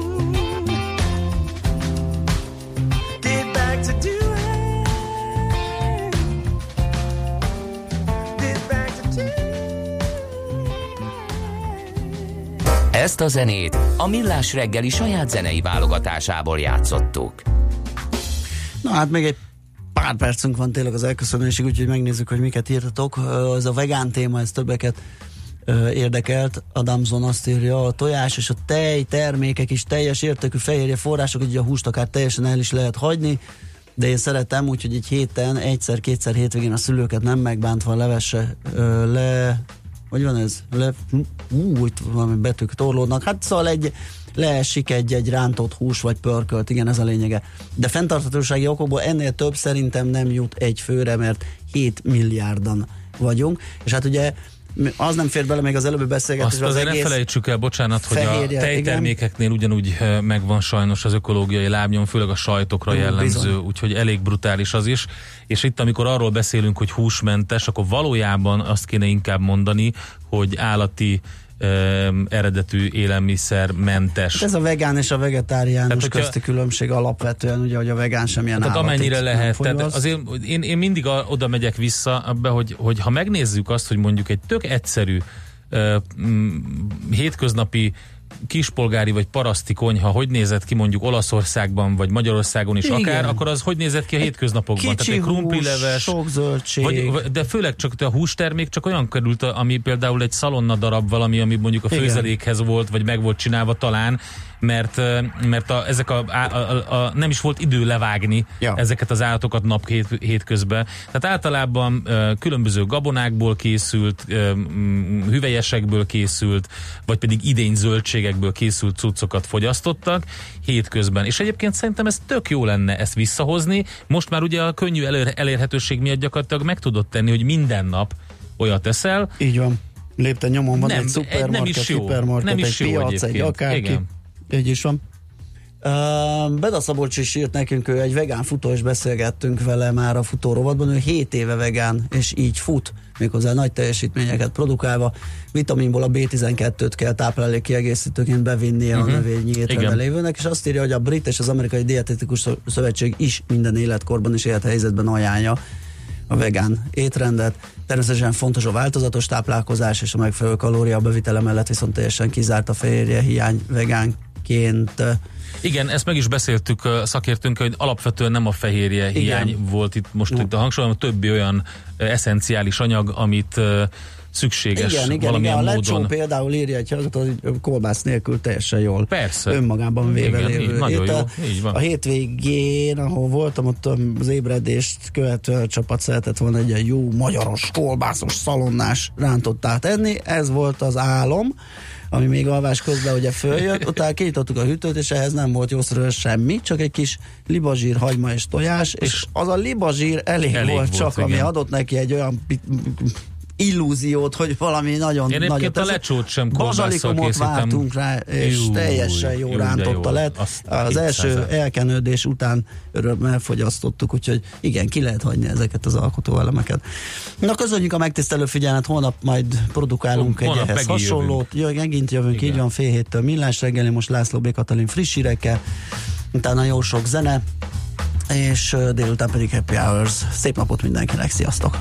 Get back to doing. Get back to doing. Ezt a zenét a Millás reggeli saját zenei válogatásából játszottuk. Na hát még egy pár percünk van tényleg az elköszönésig, úgyhogy megnézzük, hogy miket írtatok. Ez a vegán téma, ez többeket érdekelt. Adamson azt írja, a tojás és a tej termékek is teljes értékű fehérje források, ugye a húst akár teljesen el is lehet hagyni, de én szeretem, úgyhogy egy héten egyszer-kétszer hétvégén a szülőket nem megbántva levesse le... Hogy van ez? Le, ú, itt valami betűk torlódnak. Hát szóval egy, leesik egy, egy rántott hús vagy pörkölt, igen, ez a lényege. De fenntarthatósági okokból ennél több szerintem nem jut egy főre, mert hét milliárdan vagyunk. És hát ugye az nem fér bele még az előbbi beszélgetésbe. Azt az azért ne felejtsük el, bocsánat, fehérje, hogy a tejtermékeknél igen. ugyanúgy megvan sajnos az ökológiai lábnyom, főleg a sajtokra Jó, jellemző, bizony. Úgyhogy elég brutális az is. És itt, amikor arról beszélünk, hogy húsmentes, akkor valójában azt kéne inkább mondani, hogy állati Um, eredetű élelmiszermentes. Hát ez a vegán és a vegetáriánus tehát, közti különbség alapvetően, ugye, hogy a vegán semmilyen tehát állatit amennyire lehet. Tehát azért én, én mindig a, oda megyek vissza abba, hogy, hogy ha megnézzük azt, hogy mondjuk egy tök egyszerű uh, m, hétköznapi kispolgári vagy paraszti konyha hogy nézett ki mondjuk Olaszországban vagy Magyarországon is igen. akár, akkor az hogy nézett ki a hétköznapokban? Kicsi Tehát egy krumplileves, sok zöldség. Vagy, de főleg csak a hústermék csak olyan került, ami például egy szalonna darab valami, ami mondjuk a főzelékhez igen. volt, vagy meg volt csinálva talán, mert, mert a, ezek a, a, a, a, nem is volt idő levágni ja. ezeket az állatokat nap hét, hétközben. Tehát általában uh, különböző gabonákból készült, uh, hüvelyesekből készült, vagy pedig idény zöldségekből készült cuccokat fogyasztottak hétközben. És egyébként szerintem ez tök jó lenne ezt visszahozni. Most már ugye a könnyű elér, elérhetőség miatt gyakorlatilag meg tudod tenni, hogy minden nap olyat eszel. Így van. Lépten nyomon van nem, egy szupermarket, nem is jó. hipermarket, nem is egy jó piac, egy akárki. Igen. Így is van. Uh, Beda Szabolcs is írt nekünk, ő egy vegán futó, és beszélgettünk vele már a futó rovatban, ő hét éve vegán, és így fut, méghozzá nagy teljesítményeket produkálva. Vitaminból a bé tizenkettőt kell táplálék kiegészítőként bevinnie uh-huh. a növényi étrendben lévőnek, és azt írja, hogy a brit és az amerikai dietetikus szövetség is minden életkorban és élethelyzetben ajánlja a vegán étrendet. Természetesen fontos a változatos táplálkozás és a megfelelő kalória bevitele mellett, viszont teljesen kizárt a fehérje hiány vegánként. Igen, ezt meg is beszéltük szakértőnkkel, hogy alapvetően nem a fehérje Igen. hiány volt itt most no. itt a hangsúly, hanem a többi olyan eszenciális anyag, amit szükséges igen, igen, valamilyen igen. A módon. lecsó például írja egy hallgató, hogy kolbász nélkül teljesen jól. Persze. Önmagában véve igen, lévő. így, nagyon étel. jó, így van. A hétvégén, ahol voltam, ott az ébredést követően a csapat szeretett volna egy ilyen jó magyaros, kolbászos, szalonnás rántottát enni. Ez volt az álom, ami még alvás közben ugye följött, utána kinyitottuk a hűtőt, és ehhez nem volt jószerűen semmi, csak egy kis libazsír, hagyma és tojás, és, és az a libazsír elég, elég volt, volt csak, igen. ami adott neki egy olyan illúziót, hogy valami nagyon én nagyot. Én a lecsót sem kolbásszal készítem. Váltunk rá, és Jú, teljesen jó, jó rántotta lett. Azt az első elkenődés után örömmel elfogyasztottuk, úgyhogy igen, ki lehet hagyni ezeket az alkotóelemeket. Na, köszönjük a megtisztelő figyelmet, holnap majd produkálunk Hol, egy ehhez hasonlót. Jövünk. Megint jövünk, igen. Így van, fél héttől Millás reggeli, most László B. Katalin friss hírekkel, utána jó sok zene, és délután pedig Happy Hours. Szép napot mindenkinek, sziasztok!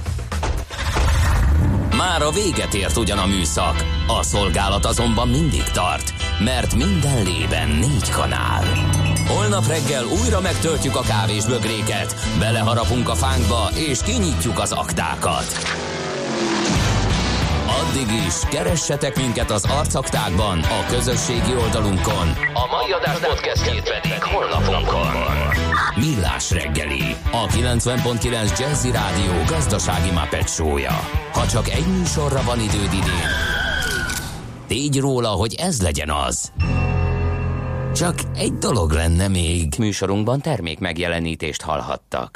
Már a véget ért ugyan a műszak, a szolgálat azonban mindig tart, mert minden lében négy kanál. Holnap reggel újra megtöltjük a kávésbögréket, beleharapunk a fánkba és kinyitjuk az aktákat. Addig is keressetek minket az arcaktákban, a közösségi oldalunkon. A mai adás podcastjét pedig honlapunkon. Millás reggeli, a kilencven pont kilenc Jazzy Rádió gazdasági Muppet show-ja. Ha csak egy műsorra van időd idén, tégy róla, hogy ez legyen az. Csak egy dolog lenne még. Műsorunkban termék megjelenítést hallhattak.